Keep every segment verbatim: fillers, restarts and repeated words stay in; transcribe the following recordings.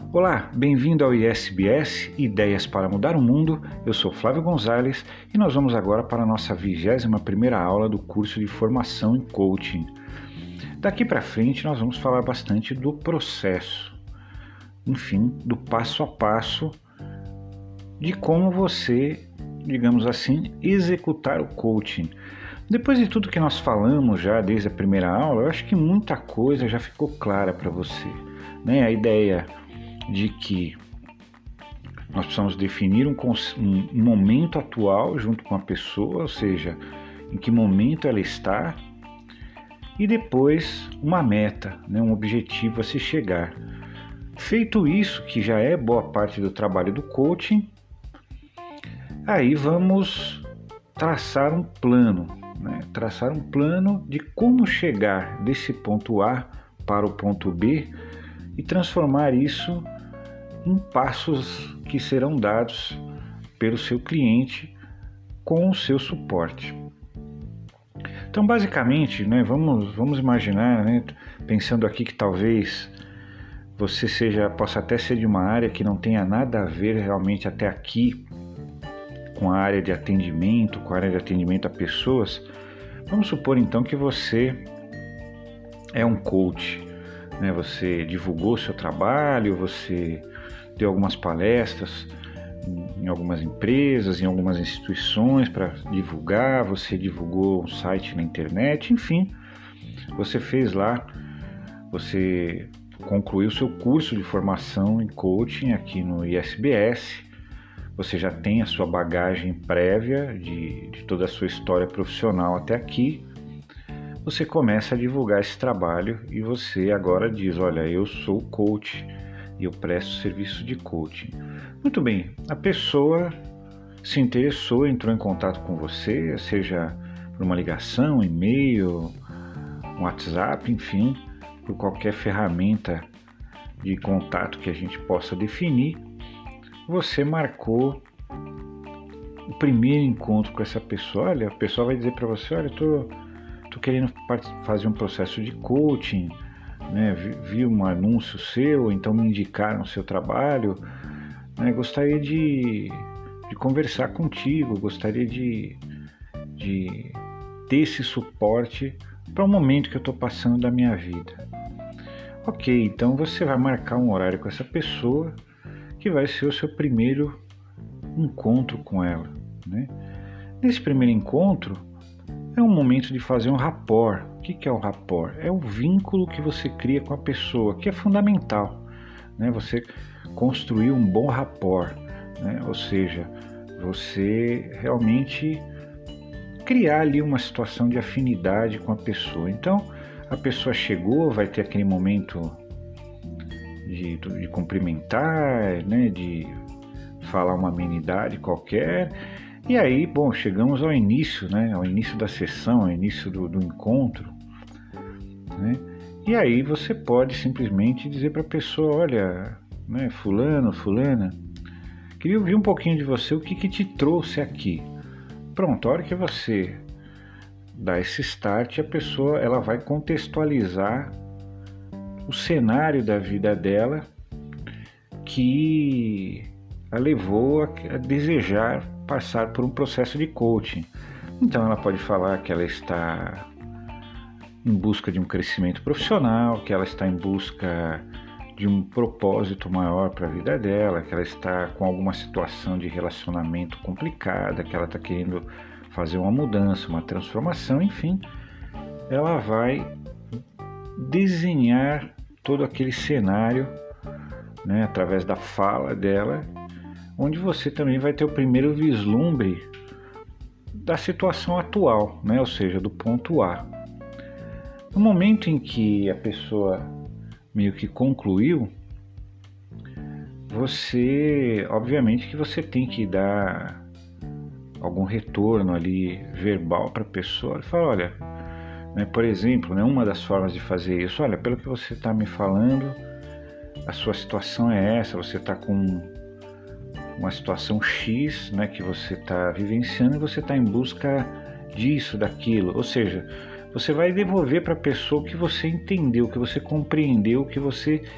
Olá, bem-vindo ao I S B S, Ideias para Mudar o Mundo. Eu sou Flávio Gonzalez e nós vamos agora para a nossa vigésima primeira aula do curso de formação em coaching. Daqui para frente nós vamos falar bastante do processo, enfim, do passo a passo de como você, digamos assim, executar o coaching. Depois de tudo que nós falamos já desde a primeira aula, eu acho que muita coisa já ficou clara para você, né? A ideia de que nós precisamos definir um, um momento atual junto com a pessoa, ou seja, em que momento ela está, e depois uma meta, né, um objetivo a se chegar. Feito isso, que já é boa parte do trabalho do coaching, aí vamos traçar um plano, né, traçar um plano de como chegar desse ponto A para o ponto B e transformar isso em passos que serão dados pelo seu cliente com o seu suporte. Então, basicamente, né, vamos, vamos imaginar, né, pensando aqui que talvez você seja, possa até ser de uma área que não tenha nada a ver realmente até aqui com a área de atendimento, com a área de atendimento a pessoas. Vamos supor então que você é um coach, né, você divulgou seu trabalho, você deu algumas palestras em algumas empresas, em algumas instituições para divulgar, você divulgou um site na internet, enfim, você fez lá, você concluiu seu curso de formação em coaching aqui no I S B S, você já tem a sua bagagem prévia de, de toda a sua história profissional até aqui, você começa a divulgar esse trabalho e você agora diz, olha, eu sou coach, e eu presto serviço de coaching. Muito bem, a pessoa se interessou, entrou em contato com você, seja por uma ligação, e-mail, um WhatsApp, enfim, por qualquer ferramenta de contato que a gente possa definir, você marcou o primeiro encontro com essa pessoa. Olha, a pessoa vai dizer para você, olha, eu tô, tô querendo fazer um processo de coaching, né, vi, vi um anúncio seu, então me indicaram o seu trabalho, né, gostaria de, de conversar contigo, gostaria de, de ter esse suporte para o momento que eu estou passando da minha vida. Ok, então você vai marcar um horário com essa pessoa, que vai ser o seu primeiro encontro com ela, né? Nesse primeiro encontro, é um momento de fazer um rapport. O que é o rapport? É o vínculo que você cria com a pessoa, que é fundamental, né? Você construir um bom rapport, né? Ou seja, você realmente criar ali uma situação de afinidade com a pessoa. Então, a pessoa chegou, vai ter aquele momento de, de cumprimentar, né? De falar uma amenidade qualquer. E aí, bom, chegamos ao início, né? Ao início da sessão, ao início do, do encontro, né? E aí você pode simplesmente dizer para a pessoa, olha, né, fulano, fulana, queria ouvir um pouquinho de você, o que que te trouxe aqui. Pronto, a hora que você dá esse start, a pessoa ela vai contextualizar o cenário da vida dela que a levou a, a desejar passar por um processo de coaching. Então ela pode falar que ela está em busca de um crescimento profissional, que ela está em busca de um propósito maior para a vida dela, que ela está com alguma situação de relacionamento complicada, que ela está querendo fazer uma mudança, uma transformação, enfim, ela vai desenhar todo aquele cenário, né, através da fala dela, onde você também vai ter o primeiro vislumbre da situação atual, né? Ou seja, do ponto A. No momento em que a pessoa meio que concluiu, você, obviamente que você tem que dar algum retorno ali verbal para a pessoa e falar, olha, né, por exemplo, né, uma das formas de fazer isso, olha, pelo que você está me falando, a sua situação é essa, você está com uma situação X, né, que você está vivenciando e você está em busca disso, daquilo, ou seja, você vai devolver para a pessoa o que você entendeu, o que você compreendeu, o que você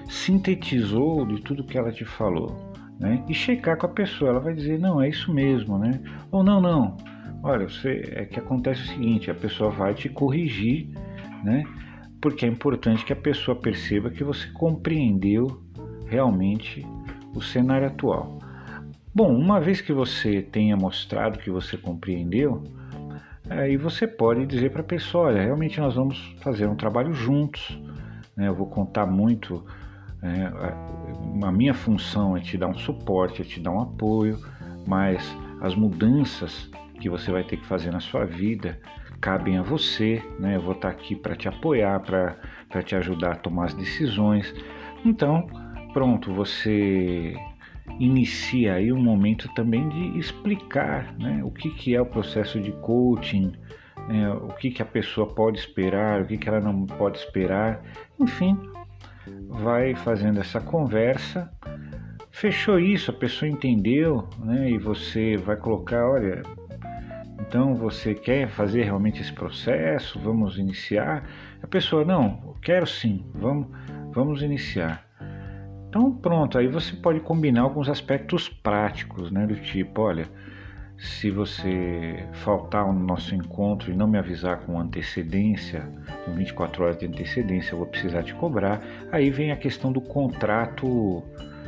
sintetizou de tudo que ela te falou, né? E checar com a pessoa, ela vai dizer, não, é isso mesmo, né? Ou não, não, olha, você, é que acontece o seguinte, a pessoa vai te corrigir, né? Porque é importante que a pessoa perceba que você compreendeu realmente o cenário atual. Bom, uma vez que você tenha mostrado que você compreendeu, aí você pode dizer para a pessoa, olha, realmente nós vamos fazer um trabalho juntos, né? Eu vou contar muito, é, a minha função é te dar um suporte, é te dar um apoio, mas as mudanças que você vai ter que fazer na sua vida cabem a você, né? Eu vou estar aqui para te apoiar, para te ajudar a tomar as decisões. Então, pronto, você inicia aí um momento também de explicar, né, o que, que é o processo de coaching, né, o que, que a pessoa pode esperar, o que, que ela não pode esperar, enfim, vai fazendo essa conversa. Fechou isso, a pessoa entendeu, né, e você vai colocar, olha, então você quer fazer realmente esse processo, vamos iniciar? A pessoa, não, quero sim, vamos, vamos iniciar. Então pronto, aí você pode combinar alguns aspectos práticos, né, do tipo, olha, se você faltar no nosso encontro e não me avisar com antecedência, com vinte e quatro horas de antecedência, eu vou precisar te cobrar. Aí vem a questão do contrato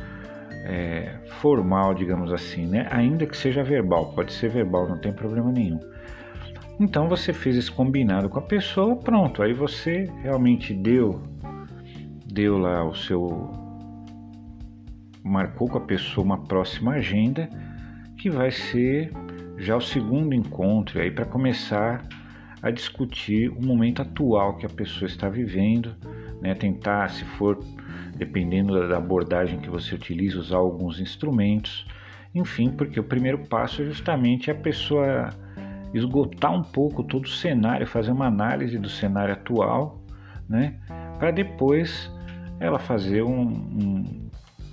é, formal, digamos assim, né, ainda que seja verbal, pode ser verbal, não tem problema nenhum. Então você fez esse combinado com a pessoa, pronto, aí você realmente deu, deu lá o seu... marcou com a pessoa uma próxima agenda, que vai ser já o segundo encontro, aí para começar a discutir o momento atual que a pessoa está vivendo, né? Tentar, se for, dependendo da abordagem que você utiliza, usar alguns instrumentos, enfim, porque o primeiro passo é justamente a pessoa esgotar um pouco todo o cenário, fazer uma análise do cenário atual, né? Para depois ela fazer um, um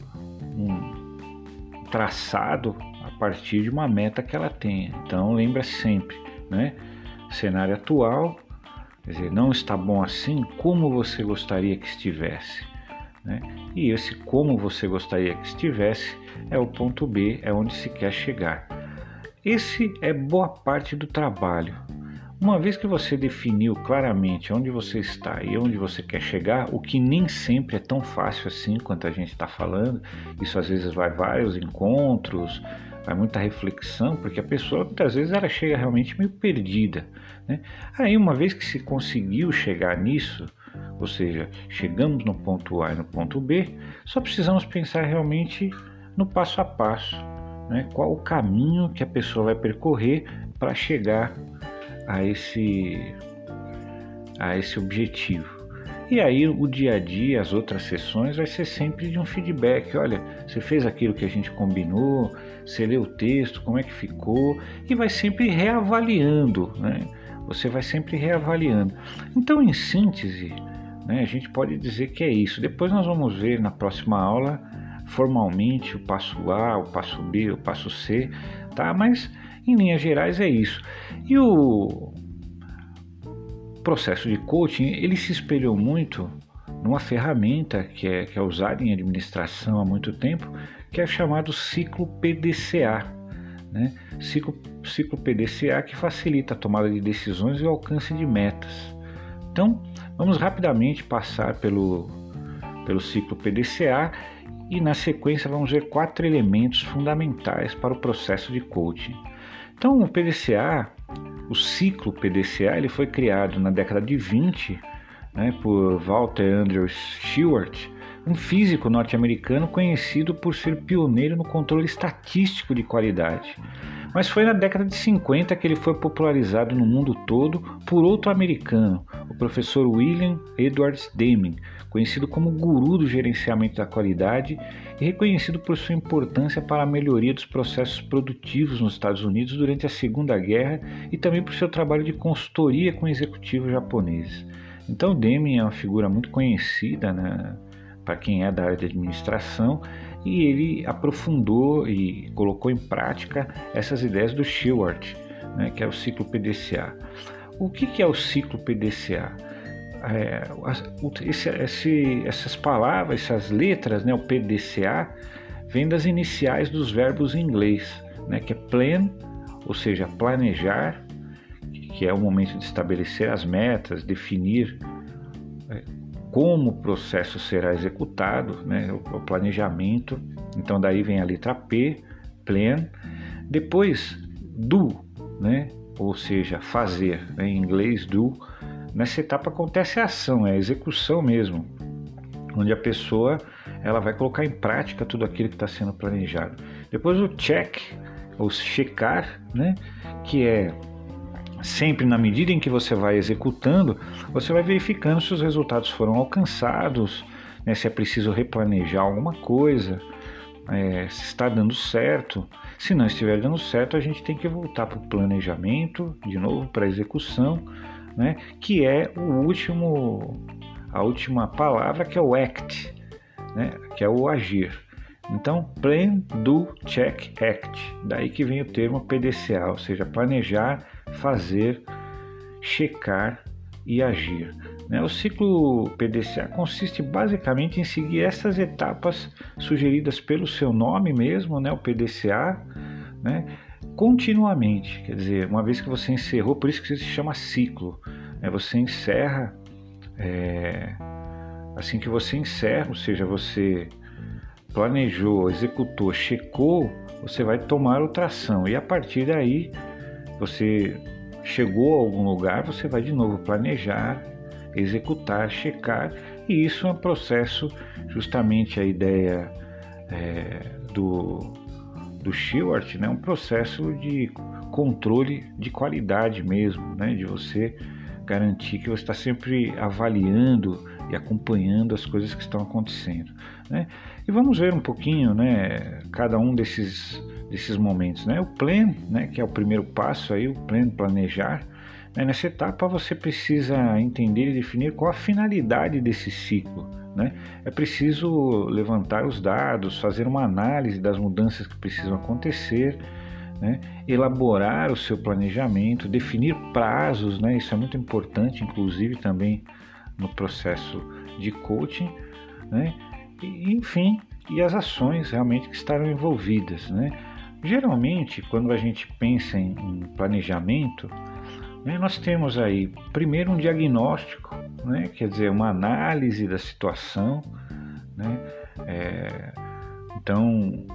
um traçado a partir de uma meta que ela tenha. Então lembra sempre, né? Cenário atual, quer dizer, não está bom assim, como você gostaria que estivesse, né? E esse como você gostaria que estivesse é o ponto B, é onde se quer chegar. Esse é boa parte do trabalho. Uma vez que você definiu claramente onde você está e onde você quer chegar, o que nem sempre é tão fácil assim quanto a gente está falando, isso às vezes vai vários encontros, vai muita reflexão, porque a pessoa muitas vezes ela chega realmente meio perdida, né? Aí uma vez que se conseguiu chegar nisso, ou seja, chegamos no ponto A e no ponto B, só precisamos pensar realmente no passo a passo, né? Qual o caminho que a pessoa vai percorrer para chegar a esse, a esse objetivo. E aí o dia a dia, as outras sessões, vai ser sempre de um feedback. Olha, você fez aquilo que a gente combinou, você leu o texto, como é que ficou, e vai sempre reavaliando, né? Você vai sempre reavaliando. Então, em síntese, né, a gente pode dizer que é isso. Depois nós vamos ver na próxima aula, formalmente, o passo A, o passo B, o passo C, tá? Mas em linhas gerais é isso. E o processo de coaching, ele se espelhou muito numa ferramenta que é, que é usada em administração há muito tempo, que é chamado ciclo P D C A, né? Ciclo, ciclo P D C A que facilita a tomada de decisões e o alcance de metas. Então, vamos rapidamente passar pelo, pelo ciclo P D C A e na sequência vamos ver quatro elementos fundamentais para o processo de coaching. Então, o P D C A, o ciclo P D C A, ele foi criado na década de vinte, né, por Walter Andrew Stewart, um físico norte-americano conhecido por ser pioneiro no controle estatístico de qualidade. Mas foi na década de cinquenta que ele foi popularizado no mundo todo por outro americano, o professor William Edwards Deming, conhecido como guru do gerenciamento da qualidade e reconhecido por sua importância para a melhoria dos processos produtivos nos Estados Unidos durante a Segunda Guerra e também por seu trabalho de consultoria com executivos japoneses. Então, Deming é uma figura muito conhecida, né, para quem é da área de administração, e ele aprofundou e colocou em prática essas ideias do Stewart, né, que é o ciclo P D C A. O que, que é o ciclo P D C A? é, esse, esse, essas palavras, essas letras, né, o P D C A, vem das iniciais dos verbos em inglês, né, que é plan, ou seja, planejar, que é o momento de estabelecer as metas, definir é, como o processo será executado, né, o, o planejamento. Então daí vem a letra P, plan. Depois do, né, ou seja, fazer, né, em inglês do. Nessa etapa acontece a ação, é a execução mesmo, onde a pessoa ela vai colocar em prática tudo aquilo que está sendo planejado. Depois o check, ou checar, né, que é sempre na medida em que você vai executando, você vai verificando se os resultados foram alcançados, né, se é preciso replanejar alguma coisa, é, se está dando certo. Se não estiver dando certo, a gente tem que voltar para o planejamento, de novo para a execução, né, que é o último, a última palavra, que é o act, né, que é o agir. Então, plan, do, check, act. Daí que vem o termo P D C A, ou seja, planejar, fazer, checar e agir. Né? O ciclo P D C A consiste basicamente em seguir essas etapas sugeridas pelo seu nome mesmo, né, o P D C A, né, continuamente. Quer dizer, uma vez que você encerrou, por isso que se chama ciclo, né, você encerra, é, assim que você encerra, ou seja, você planejou, executou, checou, você vai tomar outra ação, e a partir daí você chegou a algum lugar, você vai de novo planejar, executar, checar, e isso é um processo, justamente a ideia é, do, do Stewart, né, um processo de controle de qualidade mesmo, né, de você garantir que você está sempre avaliando e acompanhando as coisas que estão acontecendo, né? E vamos ver um pouquinho, né, cada um desses, desses momentos, né? O plan, né, que é o primeiro passo aí, o plan, planejar, né? Nessa etapa você precisa entender e definir qual a finalidade desse ciclo, né? É preciso levantar os dados, fazer uma análise das mudanças que precisam acontecer, né? Elaborar o seu planejamento, definir prazos, né? Isso é muito importante, inclusive também no processo de coaching, né? E, enfim, e as ações realmente que estarão envolvidas, né? Geralmente, quando a gente pensa em, em planejamento, né, nós temos aí primeiro um diagnóstico, né? Quer dizer, uma análise da situação, né? É, então,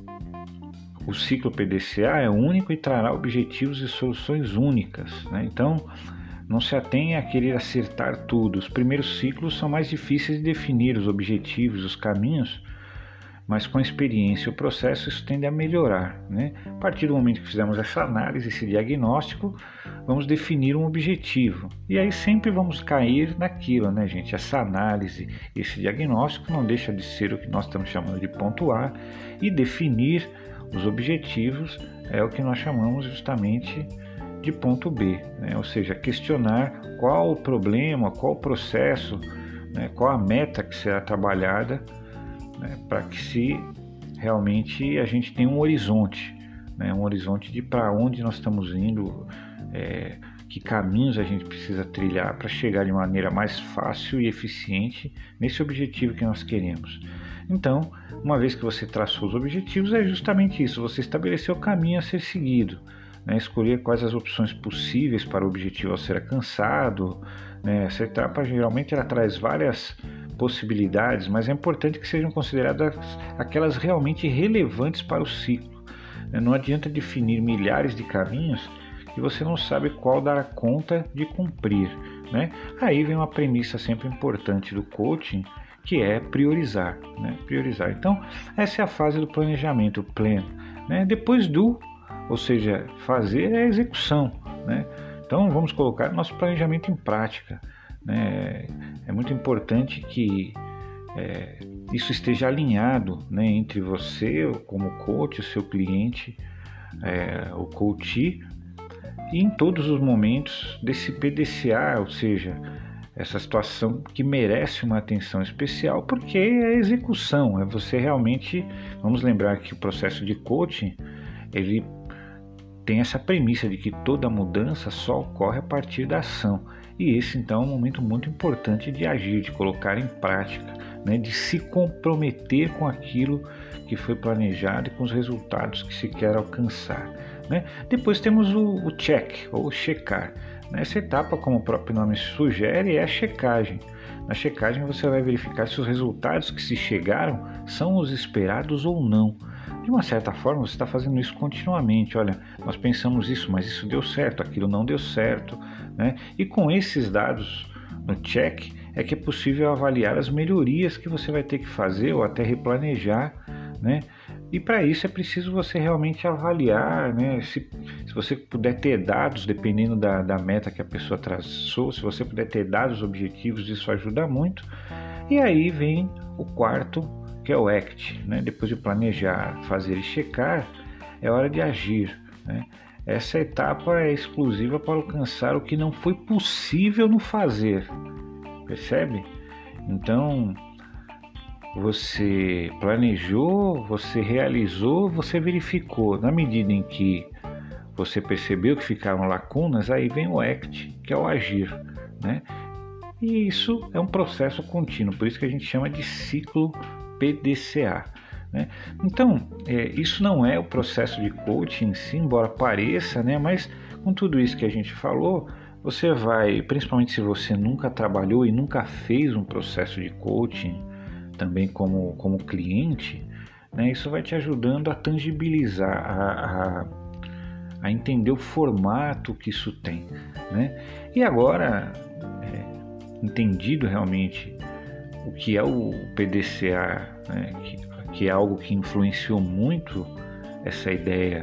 o ciclo P D C A é único e trará objetivos e soluções únicas, né? Então, não se atenha a querer acertar tudo. Os primeiros ciclos são mais difíceis de definir os objetivos, os caminhos, mas com a experiência e o processo isso tende a melhorar, né? A partir do momento que fizemos essa análise, esse diagnóstico, vamos definir um objetivo. E aí sempre vamos cair naquilo, né, gente? Essa análise, esse diagnóstico não deixa de ser o que nós estamos chamando de ponto A, e definir os objetivos é o que nós chamamos justamente de ponto B, né? Ou seja, questionar qual o problema, qual o processo, né? Qual a meta que será trabalhada, né? Para que se realmente a gente tenha um horizonte, né? Um horizonte de para onde nós estamos indo, é, que caminhos a gente precisa trilhar para chegar de maneira mais fácil e eficiente nesse objetivo que nós queremos. Então, uma vez que você traçou os objetivos, é justamente isso, você estabeleceu o caminho a ser seguido, né, escolher quais as opções possíveis para o objetivo a ser alcançado, né? Essa etapa geralmente ela traz várias possibilidades, mas é importante que sejam consideradas aquelas realmente relevantes para o ciclo, né? Não adianta definir milhares de caminhos que você não sabe qual dará conta de cumprir, né? Aí vem uma premissa sempre importante do coaching, que é priorizar, né? Priorizar. Então, essa é a fase do planejamento, o plan, né? Depois do, ou seja, fazer é a execução, né? Então vamos colocar nosso planejamento em prática, né? É muito importante que é, isso esteja alinhado, né, entre você como coach, o seu cliente, é, o coachee, e em todos os momentos desse P D C A, ou seja, essa situação que merece uma atenção especial, porque é a execução, é você realmente, vamos lembrar que o processo de coaching, ele tem essa premissa de que toda mudança só ocorre a partir da ação. E esse então é um momento muito importante de agir, de colocar em prática, né? De se comprometer com aquilo que foi planejado e com os resultados que se quer alcançar, né? Depois temos o, o check, ou checar. Nessa etapa, como o próprio nome sugere, é a checagem. Na checagem você vai verificar se os resultados que se chegaram são os esperados ou não. De uma certa forma você está fazendo isso continuamente. Olha, nós pensamos isso, mas isso deu certo, aquilo não deu certo, né? E com esses dados no check é que é possível avaliar as melhorias que você vai ter que fazer ou até replanejar, né? E para isso é preciso você realmente avaliar, né? Se, se você puder ter dados, dependendo da, da meta que a pessoa traçou, se você puder ter dados objetivos, isso ajuda muito. E aí vem o quarto, que é o act, né? Depois de planejar, fazer e checar, é hora de agir, né? Essa etapa é exclusiva para alcançar o que não foi possível no fazer, percebe? Então, você planejou, você realizou, você verificou. Na medida em que você percebeu que ficaram lacunas, aí vem o act, que é o agir, né? E isso é um processo contínuo, por isso que a gente chama de ciclo P D C A, né? Então, é, isso não é o processo de coaching em si, embora pareça, né? Mas com tudo isso que a gente falou, você vai, principalmente se você nunca trabalhou e nunca fez um processo de coaching, também como, como cliente, né, isso vai te ajudando a tangibilizar, a, a, a entender o formato que isso tem, né? E agora, é, entendido realmente o que é o P D C A, né, que, que é algo que influenciou muito essa ideia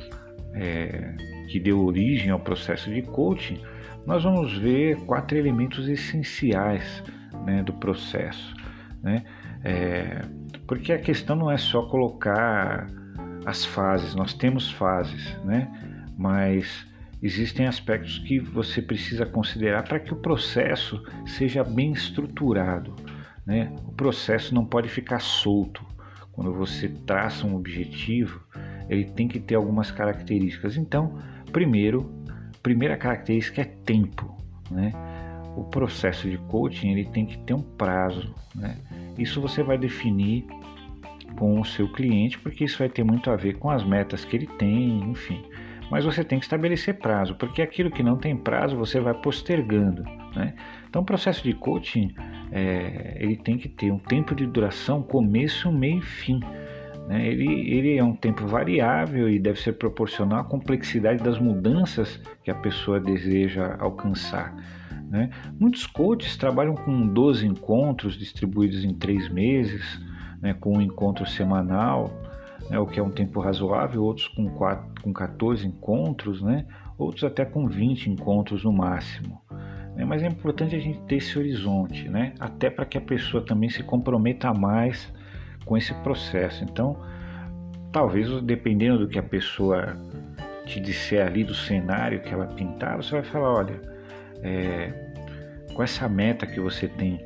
é, que deu origem ao processo de coaching, nós vamos ver quatro elementos essenciais, né, do processo, né? É, porque a questão não é só colocar as fases, nós temos fases, né? Mas existem aspectos que você precisa considerar para que o processo seja bem estruturado, né? O processo não pode ficar solto. Quando você traça um objetivo, ele tem que ter algumas características. Então, primeiro, primeira característica é tempo, né? O processo de coaching ele tem que ter um prazo, né? Isso você vai definir com o seu cliente, porque isso vai ter muito a ver com as metas que ele tem, enfim. Mas você tem que estabelecer prazo, porque aquilo que não tem prazo você vai postergando, né? Então o processo de coaching é, ele tem que ter um tempo de duração, começo, meio e fim, né? Ele, ele é um tempo variável e deve ser proporcional à complexidade das mudanças que a pessoa deseja alcançar, né? Muitos coaches trabalham com doze encontros distribuídos em três meses, né, com um encontro semanal, né, o que é um tempo razoável, outros com, quatro, com quatorze encontros, né, outros até com vinte encontros no máximo, né? Mas é importante a gente ter esse horizonte, né, até para que a pessoa também se comprometa mais com esse processo. Então, talvez dependendo do que a pessoa te disser ali, do cenário que ela pintar, você vai falar, olha, É, com essa meta que você tem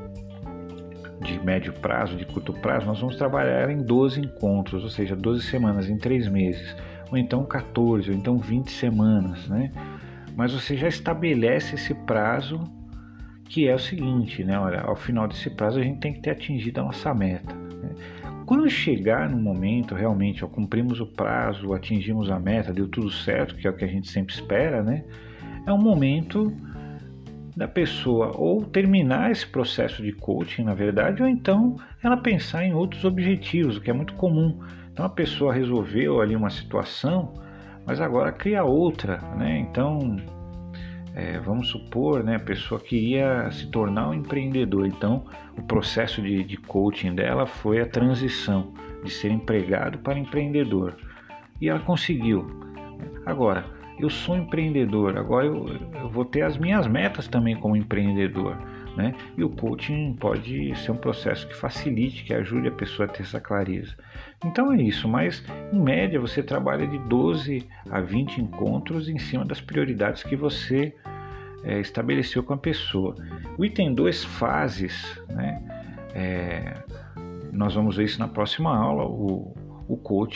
de médio prazo, de curto prazo, nós vamos trabalhar em doze encontros, ou seja, doze semanas em três meses, ou então quatorze, ou então vinte semanas, né? Mas você já estabelece esse prazo, que é o seguinte, né? Olha, ao final desse prazo a gente tem que ter atingido a nossa meta, né? Quando chegar no momento, realmente, ó, cumprimos o prazo, atingimos a meta, deu tudo certo, que é o que a gente sempre espera, né? É um momento da pessoa ou terminar esse processo de coaching, na verdade, ou então ela pensar em outros objetivos, o que é muito comum. Então a pessoa resolveu ali uma situação, mas agora cria outra, né? Então, é, vamos supor, né, a pessoa queria se tornar um empreendedor, então o processo de, de coaching dela foi a transição de ser empregado para empreendedor, e ela conseguiu. Agora, eu sou empreendedor, agora eu, eu vou ter as minhas metas também como empreendedor, né? E o coaching pode ser um processo que facilite, que ajude a pessoa a ter essa clareza. Então é isso, mas em média você trabalha de doze a vinte encontros em cima das prioridades que você é, estabeleceu com a pessoa. O item dois, fases, né? É, nós vamos ver isso na próxima aula. O, o coaching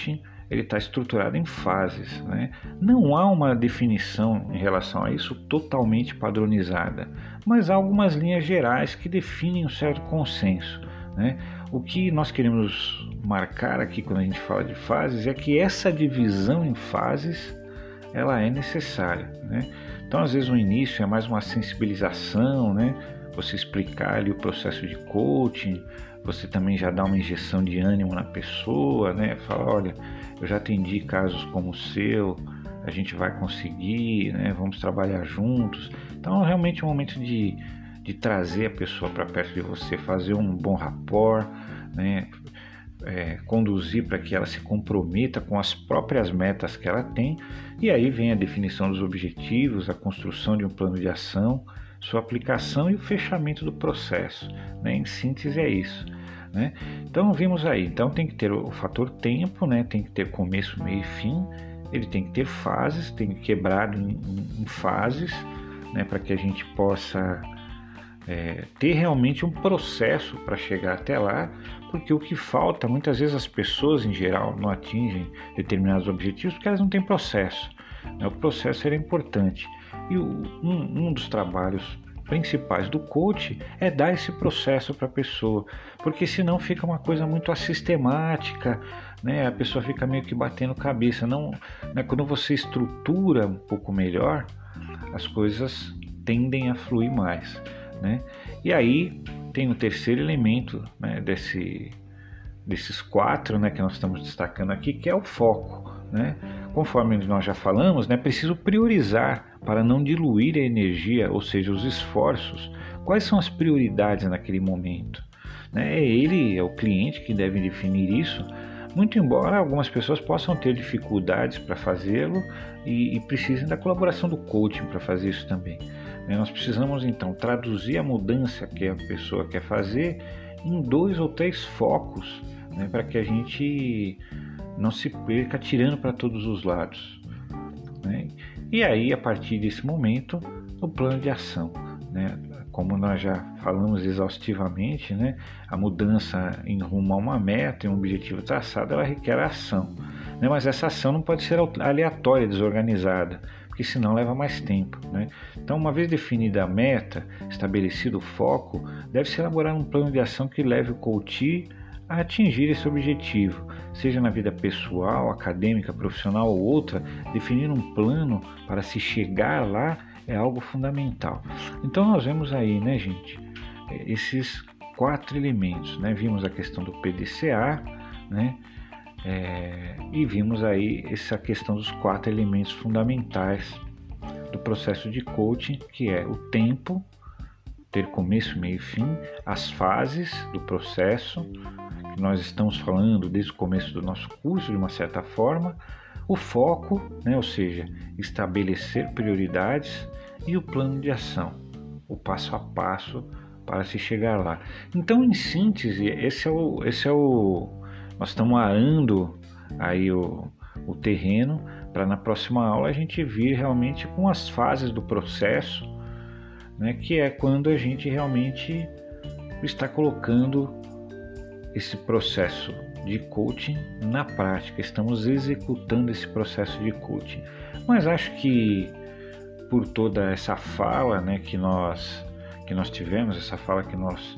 ele está estruturado em fases, né? Não há uma definição em relação a isso totalmente padronizada, mas há algumas linhas gerais que definem um certo consenso, né? O que nós queremos marcar aqui quando a gente fala de fases é que essa divisão em fases ela é necessária, né? Então, às vezes, o início é mais uma sensibilização, né? Você explicar ali o processo de coaching, você também já dá uma injeção de ânimo na pessoa, né? Fala, olha, eu já atendi casos como o seu, a gente vai conseguir, né? Vamos trabalhar juntos. Então, é realmente um momento de, de trazer a pessoa para perto de você, fazer um bom rapport, né? É, conduzir para que ela se comprometa com as próprias metas que ela tem, e aí vem a definição dos objetivos, a construção de um plano de ação, sua aplicação e o fechamento do processo, né? Em síntese é isso, né? Então vimos aí, então tem que ter o fator tempo, né? Tem que ter começo, meio e fim, ele tem que ter fases, tem que quebrar em, em, em fases, né? Para que a gente possa É, ter realmente um processo para chegar até lá, porque o que falta, muitas vezes as pessoas em geral não atingem determinados objetivos porque elas não têm processo, né? O processo era importante, e o, um, um dos trabalhos principais do coach é dar esse processo para a pessoa, porque senão fica uma coisa muito assistemática, né? A pessoa fica meio que batendo cabeça, não, né? Quando você estrutura um pouco melhor, as coisas tendem a fluir mais, né? E aí tem o terceiro elemento, né, desse, desses quatro, né, que nós estamos destacando aqui, que é o foco, né? Conforme nós já falamos, né, é preciso priorizar para não diluir a energia, ou seja, os esforços. Quais são as prioridades naquele momento, né? É ele, é o cliente que deve definir isso, muito embora algumas pessoas possam ter dificuldades para fazê-lo e, e precisem da colaboração do coaching para fazer isso também. Nós precisamos então traduzir a mudança que a pessoa quer fazer em dois ou três focos, né, para que a gente não se perca atirando para todos os lados, né? E aí, a partir desse momento, o plano de ação, né? Como nós já falamos exaustivamente, né, a mudança em rumo a uma meta e um objetivo traçado, ela requer ação, né? Mas essa ação não pode ser aleatória, desorganizada, porque senão leva mais tempo, né? Então, uma vez definida a meta, estabelecido o foco, deve-se elaborar um plano de ação que leve o coach a atingir esse objetivo, seja na vida pessoal, acadêmica, profissional ou outra. Definir um plano para se chegar lá é algo fundamental. Então nós vemos aí, né, gente, esses quatro elementos, né? Vimos a questão do P D C A, né? É, e vimos aí essa questão dos quatro elementos fundamentais do processo de coaching, que é o tempo, ter começo, meio e fim, as fases do processo, que nós estamos falando desde o começo do nosso curso, de uma certa forma, o foco, né, ou seja, estabelecer prioridades, e o plano de ação, o passo a passo para se chegar lá. Então, em síntese, esse é o, esse é o nós estamos arando aí o, o terreno para na próxima aula a gente vir realmente com as fases do processo, né, que é quando a gente realmente está colocando esse processo de coaching na prática, estamos executando esse processo de coaching. Mas acho que por toda essa fala, né, que nós que nós tivemos, essa fala que nós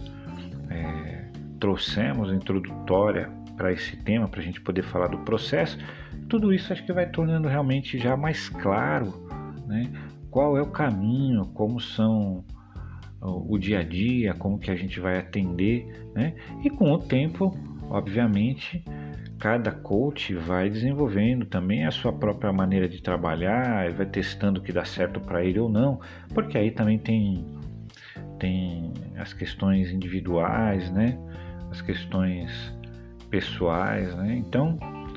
é, trouxemos introdutória para esse tema, para a gente poder falar do processo, tudo isso acho que vai tornando realmente já mais claro, né, qual é o caminho, como são o, o dia a dia, como que a gente vai atender, né, e com o tempo, obviamente, cada coach vai desenvolvendo também a sua própria maneira de trabalhar, vai testando o que dá certo para ele ou não, porque aí também tem, tem as questões individuais, né, as questões pessoais, né? Então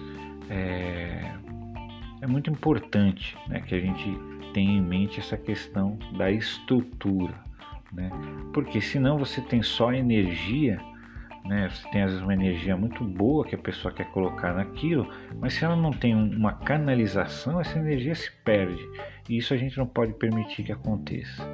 é, é muito importante, né, que a gente tenha em mente essa questão da estrutura, né? Porque senão você tem só energia, né? Você tem às vezes uma energia muito boa que a pessoa quer colocar naquilo, mas se ela não tem uma canalização, essa energia se perde, e isso a gente não pode permitir que aconteça.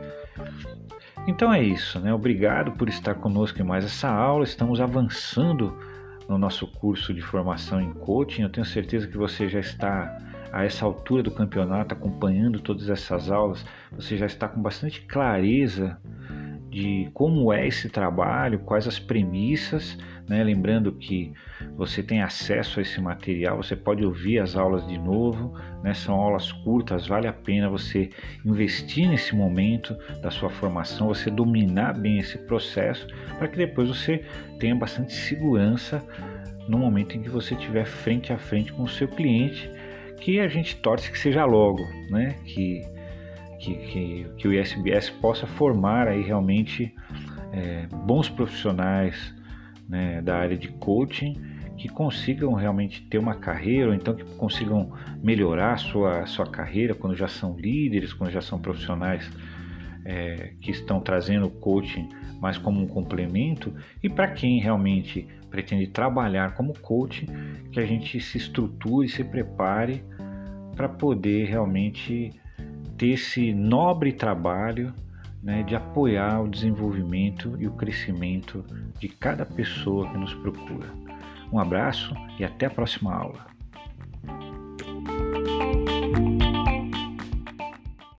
Então é isso, né? Obrigado por estar conosco em mais essa aula. Estamos avançando no nosso curso de formação em coaching. Eu tenho certeza que você já está a essa altura do campeonato acompanhando todas essas aulas, você já está com bastante clareza de como é esse trabalho, quais as premissas, né? Lembrando que você tem acesso a esse material, você pode ouvir as aulas de novo, né? São aulas curtas, vale a pena você investir nesse momento da sua formação, você dominar bem esse processo, para que depois você tenha bastante segurança no momento em que você estiver frente a frente com o seu cliente, que a gente torce que seja logo, né? Que Que, que, que o I S B S possa formar aí realmente é, bons profissionais, né, da área de coaching, que consigam realmente ter uma carreira, ou então que consigam melhorar a sua, sua carreira quando já são líderes, quando já são profissionais é, que estão trazendo o coaching mais como um complemento. E para quem realmente pretende trabalhar como coaching, que a gente se estruture, se prepare para poder realmente ter esse nobre trabalho, né, de apoiar o desenvolvimento e o crescimento de cada pessoa que nos procura. Um abraço e até a próxima aula.